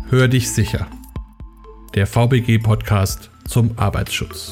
Hör dich sicher. Der VBG-Podcast zum Arbeitsschutz.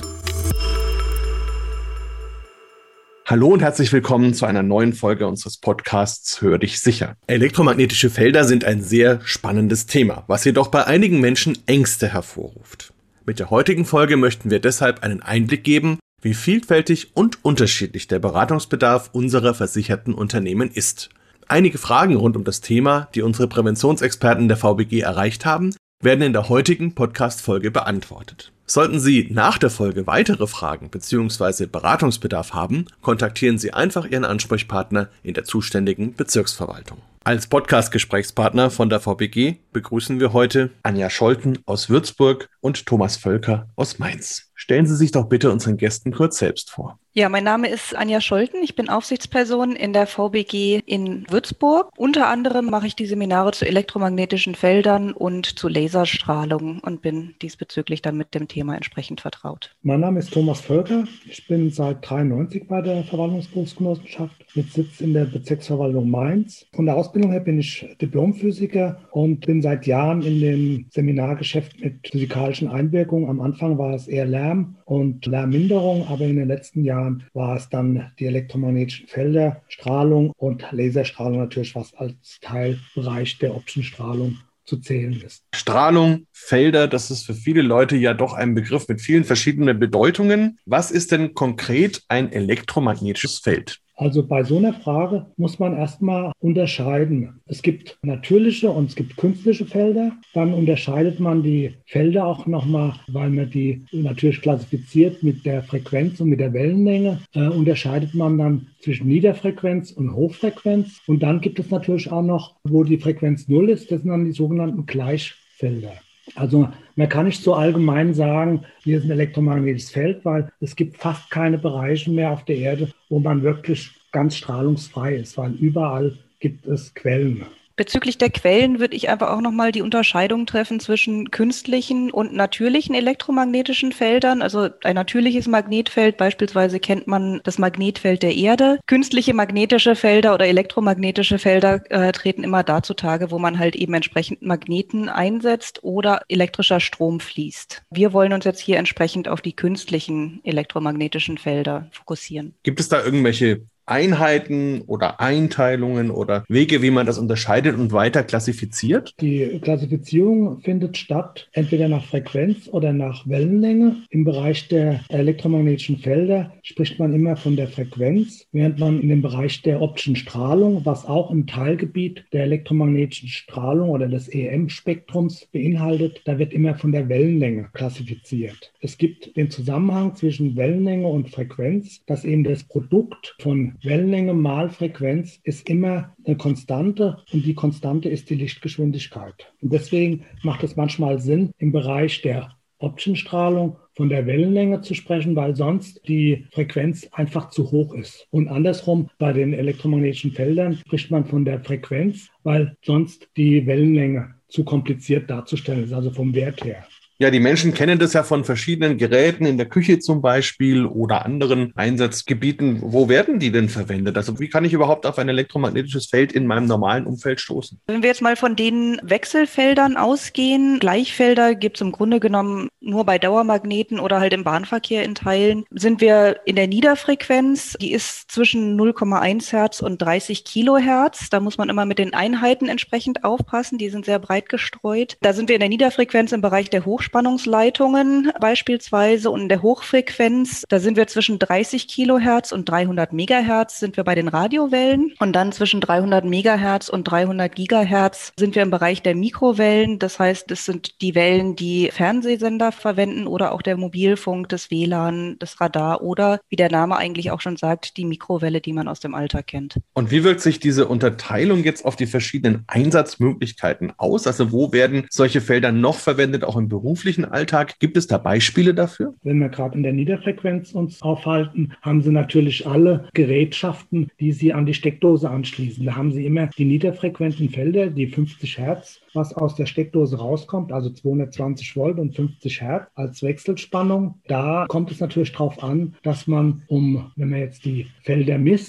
Hallo und herzlich willkommen zu einer neuen Folge unseres Podcasts Hör dich sicher. Elektromagnetische Felder sind ein sehr spannendes Thema, was jedoch bei einigen Menschen Ängste hervorruft. Mit der heutigen Folge möchten wir deshalb einen Einblick geben, wie vielfältig und unterschiedlich der Beratungsbedarf unserer versicherten Unternehmen ist. Einige Fragen rund um das Thema, die unsere Präventionsexperten der VBG erreicht haben, werden in der heutigen Podcast-Folge beantwortet. Sollten Sie nach der Folge weitere Fragen bzw. Beratungsbedarf haben, kontaktieren Sie einfach Ihren Ansprechpartner in der zuständigen Bezirksverwaltung. Als Podcast-Gesprächspartner von der VBG begrüßen wir heute Anja Scholten aus Würzburg und Thomas Völker aus Mainz. Stellen Sie sich doch bitte unseren Gästen kurz selbst vor. Ja, mein Name ist Anja Scholten. Ich bin Aufsichtsperson in der VBG in Würzburg. Unter anderem mache ich die Seminare zu elektromagnetischen Feldern und zu Laserstrahlung und bin diesbezüglich dann mit dem Thema entsprechend vertraut. Mein Name ist Thomas Völker. Ich bin seit 1993 bei der Verwaltungsberufsgenossenschaft mit Sitz in der Bezirksverwaltung Mainz. Von der Ausbildung her bin ich Diplomphysiker und bin seit Jahren in dem Seminargeschäft mit physikalischen Einwirkungen. Am Anfang war es eher Lärm und Lärmminderung, aber in den letzten Jahren war es dann die elektromagnetischen Felder, Strahlung und Laserstrahlung natürlich, was als Teilbereich der optischen Strahlung zu zählen ist. Strahlung, Felder, das ist für viele Leute ja doch ein Begriff mit vielen verschiedenen Bedeutungen. Was ist denn konkret ein elektromagnetisches Feld? Also bei so einer Frage muss man erstmal unterscheiden. Es gibt natürliche und es gibt künstliche Felder. Dann unterscheidet man die Felder auch nochmal, weil man die natürlich klassifiziert mit der Frequenz und mit der Wellenlänge, unterscheidet man dann zwischen Niederfrequenz und Hochfrequenz. Und dann gibt es natürlich auch noch, wo die Frequenz 0 ist, das sind dann die sogenannten Gleichfelder. Also man kann nicht so allgemein sagen, hier ist ein elektromagnetisches Feld, weil es gibt fast keine Bereiche mehr auf der Erde, wo man wirklich ganz strahlungsfrei ist, weil überall gibt es Quellen. Bezüglich der Quellen würde ich einfach auch nochmal die Unterscheidung treffen zwischen künstlichen und natürlichen elektromagnetischen Feldern. Also ein natürliches Magnetfeld, beispielsweise kennt man das Magnetfeld der Erde. Künstliche magnetische Felder oder elektromagnetische Felder treten immer da zutage, wo man halt eben entsprechend Magneten einsetzt oder elektrischer Strom fließt. Wir wollen uns jetzt hier entsprechend auf die künstlichen elektromagnetischen Felder fokussieren. Gibt es da irgendwelche Einheiten oder Einteilungen oder Wege, wie man das unterscheidet und weiter klassifiziert? Die Klassifizierung findet statt, entweder nach Frequenz oder nach Wellenlänge. Im Bereich der elektromagnetischen Felder spricht man immer von der Frequenz, während man in dem Bereich der optischen Strahlung, was auch ein Teilgebiet der elektromagnetischen Strahlung oder des EM-Spektrums beinhaltet, da wird immer von der Wellenlänge klassifiziert. Es gibt den Zusammenhang zwischen Wellenlänge und Frequenz, dass eben das Produkt von Wellenlänge mal Frequenz ist immer eine Konstante und die Konstante ist die Lichtgeschwindigkeit. Und deswegen macht es manchmal Sinn, im Bereich der optischen Strahlung von der Wellenlänge zu sprechen, weil sonst die Frequenz einfach zu hoch ist. Und andersrum, bei den elektromagnetischen Feldern spricht man von der Frequenz, weil sonst die Wellenlänge zu kompliziert darzustellen ist, also vom Wert her. Ja, die Menschen kennen das ja von verschiedenen Geräten in der Küche zum Beispiel oder anderen Einsatzgebieten. Wo werden die denn verwendet? Also wie kann ich überhaupt auf ein elektromagnetisches Feld in meinem normalen Umfeld stoßen? Wenn wir jetzt mal von den Wechselfeldern ausgehen, Gleichfelder gibt es im Grunde genommen nur bei Dauermagneten oder halt im Bahnverkehr in Teilen, sind wir in der Niederfrequenz. Die ist zwischen 0,1 Hertz und 30 Kilohertz. Da muss man immer mit den Einheiten entsprechend aufpassen. Die sind sehr breit gestreut. Da sind wir in der Niederfrequenz im Bereich der Hochspannungsleitungen beispielsweise und in der Hochfrequenz, da sind wir zwischen 30 Kilohertz und 300 Megahertz sind wir bei den Radiowellen und dann zwischen 300 Megahertz und 300 Gigahertz sind wir im Bereich der Mikrowellen. Das heißt, das sind die Wellen, die Fernsehsender verwenden oder auch der Mobilfunk, das WLAN, das Radar oder, wie der Name eigentlich auch schon sagt, die Mikrowelle, die man aus dem Alltag kennt. Und wie wirkt sich diese Unterteilung jetzt auf die verschiedenen Einsatzmöglichkeiten aus? Also wo werden solche Felder noch verwendet, auch im beruflichen Alltag? Gibt es da Beispiele dafür? Wenn wir gerade in der Niederfrequenz uns aufhalten, haben Sie natürlich alle Gerätschaften, die Sie an die Steckdose anschließen. Da haben Sie immer die niederfrequenten Felder, die 50 Hertz, was aus der Steckdose rauskommt, also 220 Volt und 50 Hertz als Wechselspannung. Da kommt es natürlich darauf an, dass man, wenn man jetzt die Felder misst,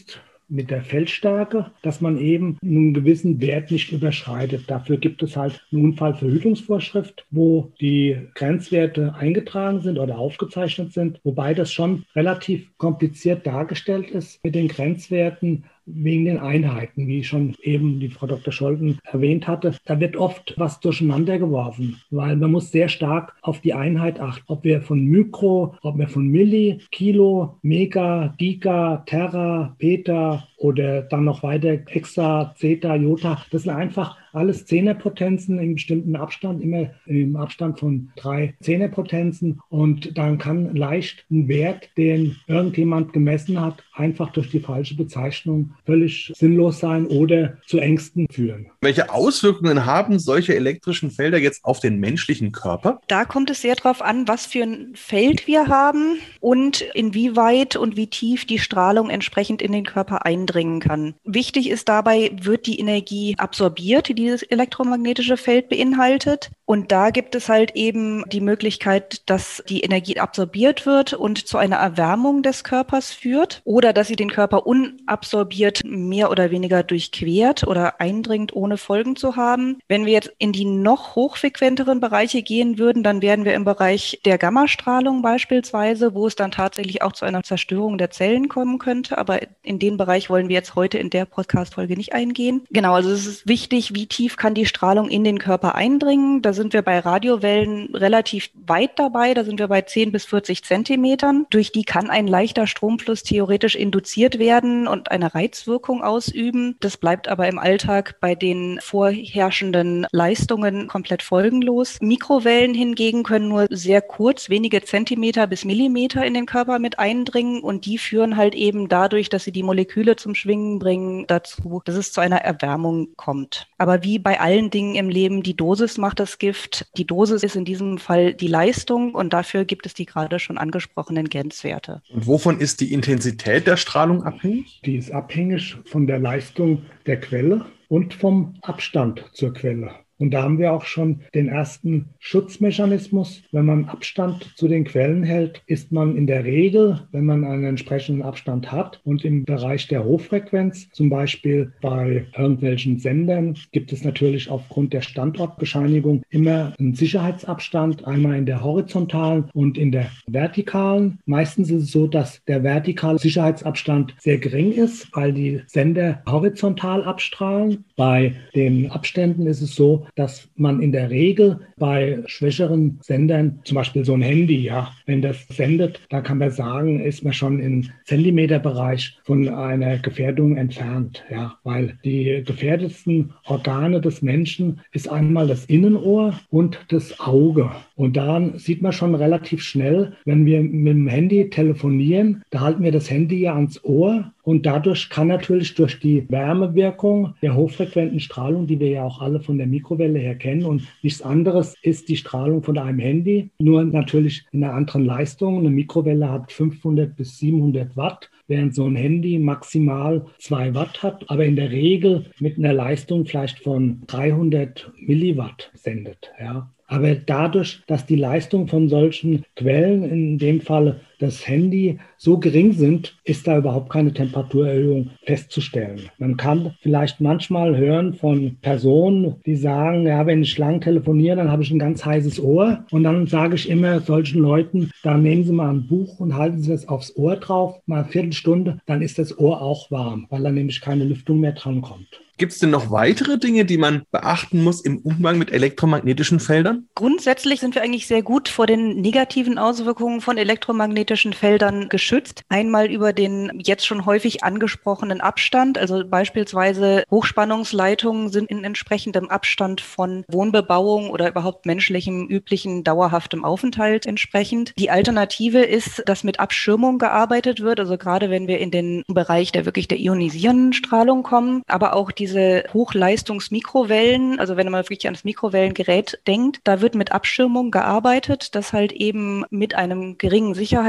mit der Feldstärke, dass man eben einen gewissen Wert nicht überschreitet. Dafür gibt es halt eine Unfallverhütungsvorschrift, wo die Grenzwerte eingetragen sind oder aufgezeichnet sind, wobei das schon relativ kompliziert dargestellt ist mit den Grenzwerten wegen den Einheiten, wie schon eben die Frau Dr. Scholten erwähnt hatte. Da wird oft was durcheinander geworfen, weil man muss sehr stark auf die Einheit achten. Ob wir von Mikro, ob wir von Milli, Kilo, Mega, Giga, Terra, Peta oder dann noch weiter Hexa, Zeta, Jota, das sind einfach alles Zehnerpotenzen in bestimmten Abstand, immer im Abstand von 3 Zehnerpotenzen. Und dann kann leicht ein Wert, den irgendjemand gemessen hat, einfach durch die falsche Bezeichnung völlig sinnlos sein oder zu Ängsten führen. Welche Auswirkungen haben solche elektrischen Felder jetzt auf den menschlichen Körper? Da kommt es sehr darauf an, was für ein Feld wir haben und inwieweit und wie tief die Strahlung entsprechend in den Körper eindringen kann. Wichtig ist dabei, wird die Energie absorbiert, die dieses elektromagnetische Feld beinhaltet. Und da gibt es halt eben die Möglichkeit, dass die Energie absorbiert wird und zu einer Erwärmung des Körpers führt oder dass sie den Körper unabsorbiert mehr oder weniger durchquert oder eindringt, ohne Folgen zu haben. Wenn wir jetzt in die noch hochfrequenteren Bereiche gehen würden, dann wären wir im Bereich der Gammastrahlung beispielsweise, wo es dann tatsächlich auch zu einer Zerstörung der Zellen kommen könnte. Aber in den Bereich wollen wir jetzt heute in der Podcast-Folge nicht eingehen. Genau, also es ist wichtig, wie tief kann die Strahlung in den Körper eindringen. Da sind wir bei Radiowellen relativ weit dabei. Da sind wir bei 10 bis 40 Zentimetern. Durch die kann ein leichter Stromfluss theoretisch induziert werden und eine Reizwirkung ausüben. Das bleibt aber im Alltag bei den vorherrschenden Leistungen komplett folgenlos. Mikrowellen hingegen können nur sehr kurz, wenige Zentimeter bis Millimeter in den Körper mit eindringen und die führen halt eben dadurch, dass sie die Moleküle zum Schwingen bringen, dazu, dass es zu einer Erwärmung kommt. Aber wie bei allen Dingen im Leben, die Dosis macht das Gift. Die Dosis ist in diesem Fall die Leistung und dafür gibt es die gerade schon angesprochenen Grenzwerte. Und wovon ist die Intensität der Strahlung abhängig? Die ist abhängig von der Leistung der Quelle und vom Abstand zur Quelle. Und da haben wir auch schon den ersten Schutzmechanismus. Wenn man Abstand zu den Quellen hält, ist man in der Regel, wenn man einen entsprechenden Abstand hat und im Bereich der Hochfrequenz, zum Beispiel bei irgendwelchen Sendern, gibt es natürlich aufgrund der Standortbescheinigung immer einen Sicherheitsabstand, einmal in der horizontalen und in der vertikalen. Meistens ist es so, dass der vertikale Sicherheitsabstand sehr gering ist, weil die Sender horizontal abstrahlen. Bei den Abständen ist es so, dass man in der Regel bei schwächeren Sendern, zum Beispiel so ein Handy, ja, wenn das sendet, da kann man sagen, ist man schon im Zentimeterbereich von einer Gefährdung entfernt, ja, weil die gefährdetsten Organe des Menschen ist einmal das Innenohr und das Auge. Und daran sieht man schon relativ schnell, wenn wir mit dem Handy telefonieren, da halten wir das Handy ja ans Ohr. Und dadurch kann natürlich durch die Wärmewirkung der hochfrequenten Strahlung, die wir ja auch alle von der Mikrowelle her kennen, und nichts anderes ist die Strahlung von einem Handy, nur natürlich in einer anderen Leistung. Eine Mikrowelle hat 500 bis 700 Watt, während so ein Handy maximal 2 Watt hat, aber in der Regel mit einer Leistung vielleicht von 300 Milliwatt sendet, ja. Aber dadurch, dass die Leistung von solchen Quellen, in dem Fall das Handy, so gering sind, ist da überhaupt keine Temperaturerhöhung festzustellen. Man kann vielleicht manchmal hören von Personen, die sagen, ja, wenn ich lang telefoniere, dann habe ich ein ganz heißes Ohr. Und dann sage ich immer solchen Leuten, dann nehmen Sie mal ein Buch und halten Sie das aufs Ohr drauf, mal eine Viertelstunde, dann ist das Ohr auch warm, weil dann nämlich keine Lüftung mehr dran kommt. Gibt es denn noch weitere Dinge, die man beachten muss im Umgang mit elektromagnetischen Feldern? Grundsätzlich sind wir eigentlich sehr gut vor den negativen Auswirkungen von elektromagnetischen Feldern geschützt. Einmal über den jetzt schon häufig angesprochenen Abstand. Also beispielsweise Hochspannungsleitungen sind in entsprechendem Abstand von Wohnbebauung oder überhaupt menschlichem, üblichen, dauerhaftem Aufenthalt entsprechend. Die Alternative ist, dass mit Abschirmung gearbeitet wird. Also gerade wenn wir in den Bereich der ionisierenden Strahlung kommen, aber auch diese Hochleistungsmikrowellen, also wenn man wirklich an das Mikrowellengerät denkt, da wird mit Abschirmung gearbeitet, dass halt eben mit einem geringen Sicherheitsabstand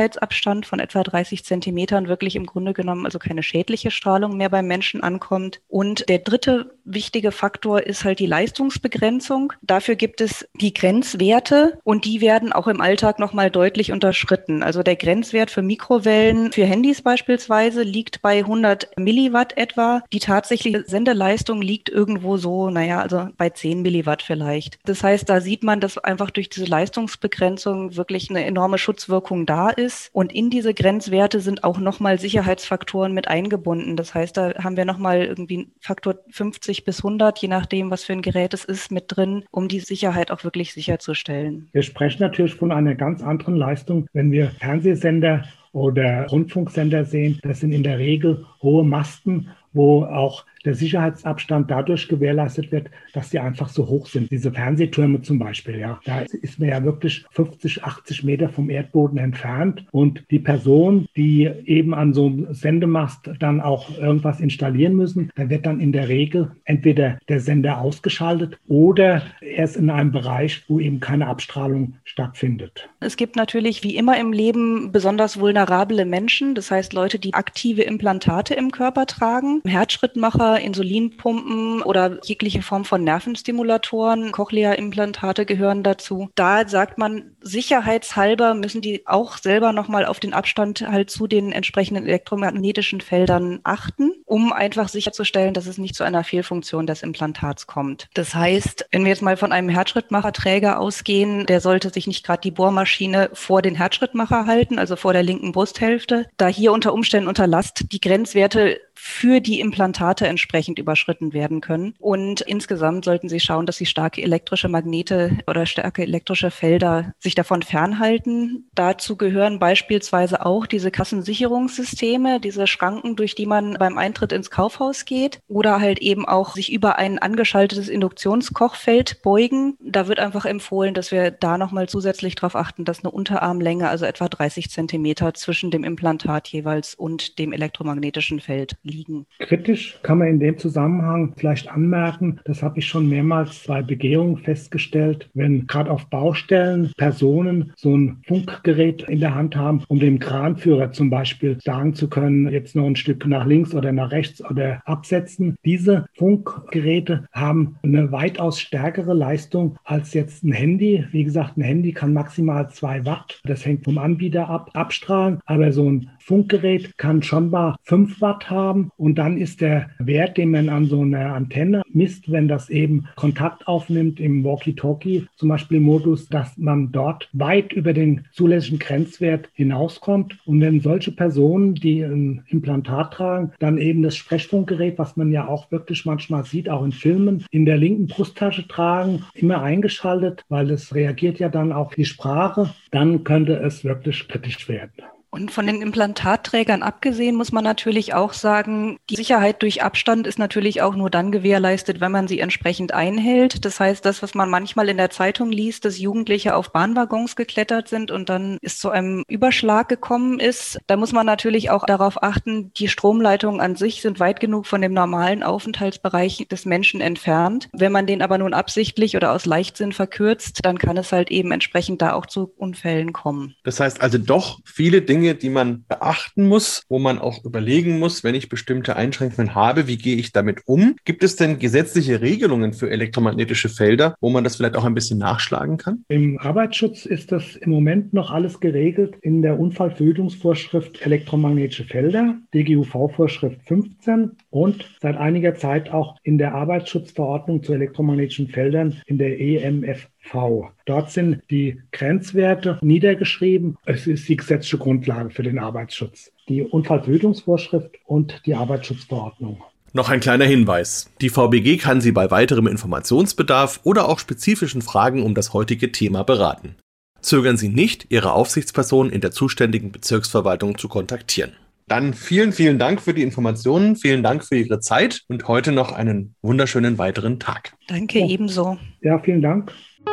Sicherheitsabstand von etwa 30 Zentimetern wirklich im Grunde genommen also keine schädliche Strahlung mehr beim Menschen ankommt. Und der dritte wichtige Faktor ist halt die Leistungsbegrenzung. Dafür gibt es die Grenzwerte und die werden auch im Alltag nochmal deutlich unterschritten. Also der Grenzwert für Mikrowellen, für Handys beispielsweise, liegt bei 100 Milliwatt etwa. Die tatsächliche Sendeleistung liegt irgendwo so, also bei 10 Milliwatt vielleicht. Das heißt, da sieht man, dass einfach durch diese Leistungsbegrenzung wirklich eine enorme Schutzwirkung da ist. Und in diese Grenzwerte sind auch nochmal Sicherheitsfaktoren mit eingebunden. Das heißt, da haben wir nochmal irgendwie Faktor 50 bis 100, je nachdem, was für ein Gerät es ist, mit drin, um die Sicherheit auch wirklich sicherzustellen. Wir sprechen natürlich von einer ganz anderen Leistung, wenn wir Fernsehsender oder Rundfunksender sehen. Das sind in der Regel hohe Masten, wo auch der Sicherheitsabstand dadurch gewährleistet wird, dass die einfach so hoch sind. Diese Fernsehtürme zum Beispiel, da ist man ja wirklich 50, 80 Meter vom Erdboden entfernt. Und die Person, die eben an so einem Sendemast dann auch irgendwas installieren müssen, da wird dann in der Regel entweder der Sender ausgeschaltet oder erst in einem Bereich, wo eben keine Abstrahlung stattfindet. Es gibt natürlich wie immer im Leben besonders vulnerable Menschen, das heißt Leute, die aktive Implantate im Körper tragen, Herzschrittmacher, Insulinpumpen oder jegliche Form von Nervenstimulatoren, Cochlea-Implantate gehören dazu. Da sagt man, sicherheitshalber müssen die auch selber nochmal auf den Abstand halt zu den entsprechenden elektromagnetischen Feldern achten, um einfach sicherzustellen, dass es nicht zu einer Fehlfunktion des Implantats kommt. Das heißt, wenn wir jetzt mal von einem Herzschrittmacherträger ausgehen, der sollte sich nicht gerade die Bohrmaschine vor den Herzschrittmacher halten, also vor der linken Brusthälfte, da hier unter Umständen unter Last die Grenzwerte für die Implantate entsprechend überschritten werden können. Und insgesamt sollten Sie schauen, dass Sie starke elektrische Magnete oder starke elektrische Felder sich davon fernhalten. Dazu gehören beispielsweise auch diese Kassensicherungssysteme, diese Schranken, durch die man beim Eintritt ins Kaufhaus geht, oder halt eben auch sich über ein angeschaltetes Induktionskochfeld beugen. Da wird einfach empfohlen, dass wir da nochmal zusätzlich darauf achten, dass eine Unterarmlänge, also etwa 30 Zentimeter zwischen dem Implantat jeweils und dem elektromagnetischen Feld liegen. Kritisch kann man in dem Zusammenhang vielleicht anmerken, das habe ich schon mehrmals bei Begehungen festgestellt, wenn gerade auf Baustellen Personen so ein Funkgerät in der Hand haben, um dem Kranführer zum Beispiel sagen zu können, jetzt noch ein Stück nach links oder nach rechts oder absetzen. Diese Funkgeräte haben eine weitaus stärkere Leistung als jetzt ein Handy. Wie gesagt, ein Handy kann maximal 2 Watt. Das hängt vom Anbieter ab, abstrahlen, aber so ein Funkgerät kann schon mal 5 Watt haben und dann ist der Wert, den man an so einer Antenne misst, wenn das eben Kontakt aufnimmt im Walkie-Talkie, zum Beispiel im Modus, dass man dort weit über den zulässigen Grenzwert hinauskommt. Und wenn solche Personen, die ein Implantat tragen, dann eben das Sprechfunkgerät, was man ja auch wirklich manchmal sieht, auch in Filmen, in der linken Brusttasche tragen, immer eingeschaltet, weil es reagiert ja dann auf die Sprache, dann könnte es wirklich kritisch werden. Und von den Implantatträgern abgesehen muss man natürlich auch sagen, die Sicherheit durch Abstand ist natürlich auch nur dann gewährleistet, wenn man sie entsprechend einhält. Das heißt, das, was man manchmal in der Zeitung liest, dass Jugendliche auf Bahnwaggons geklettert sind und dann es zu einem Überschlag gekommen ist, da muss man natürlich auch darauf achten, die Stromleitungen an sich sind weit genug von dem normalen Aufenthaltsbereich des Menschen entfernt. Wenn man den aber nun absichtlich oder aus Leichtsinn verkürzt, dann kann es halt eben entsprechend da auch zu Unfällen kommen. Das heißt also doch viele Dinge, die man beachten muss, wo man auch überlegen muss, wenn ich bestimmte Einschränkungen habe, wie gehe ich damit um? Gibt es denn gesetzliche Regelungen für elektromagnetische Felder, wo man das vielleicht auch ein bisschen nachschlagen kann? Im Arbeitsschutz ist das im Moment noch alles geregelt in der Unfallverhütungsvorschrift elektromagnetische Felder, DGUV-Vorschrift 15 und seit einiger Zeit auch in der Arbeitsschutzverordnung zu elektromagnetischen Feldern in der EMF. Dort sind die Grenzwerte niedergeschrieben. Es ist die gesetzliche Grundlage für den Arbeitsschutz. Die Unfallverhütungsvorschrift und die Arbeitsschutzverordnung. Noch ein kleiner Hinweis. Die VBG kann Sie bei weiterem Informationsbedarf oder auch spezifischen Fragen um das heutige Thema beraten. Zögern Sie nicht, Ihre Aufsichtsperson in der zuständigen Bezirksverwaltung zu kontaktieren. Dann vielen, vielen Dank für die Informationen, vielen Dank für Ihre Zeit und heute noch einen wunderschönen weiteren Tag. Danke, ebenso. Ja, vielen Dank.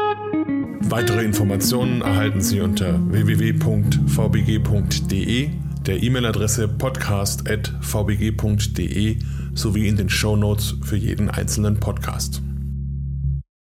Weitere Informationen erhalten Sie unter www.vbg.de, der E-Mail-Adresse podcast@vbg.de sowie in den Shownotes für jeden einzelnen Podcast.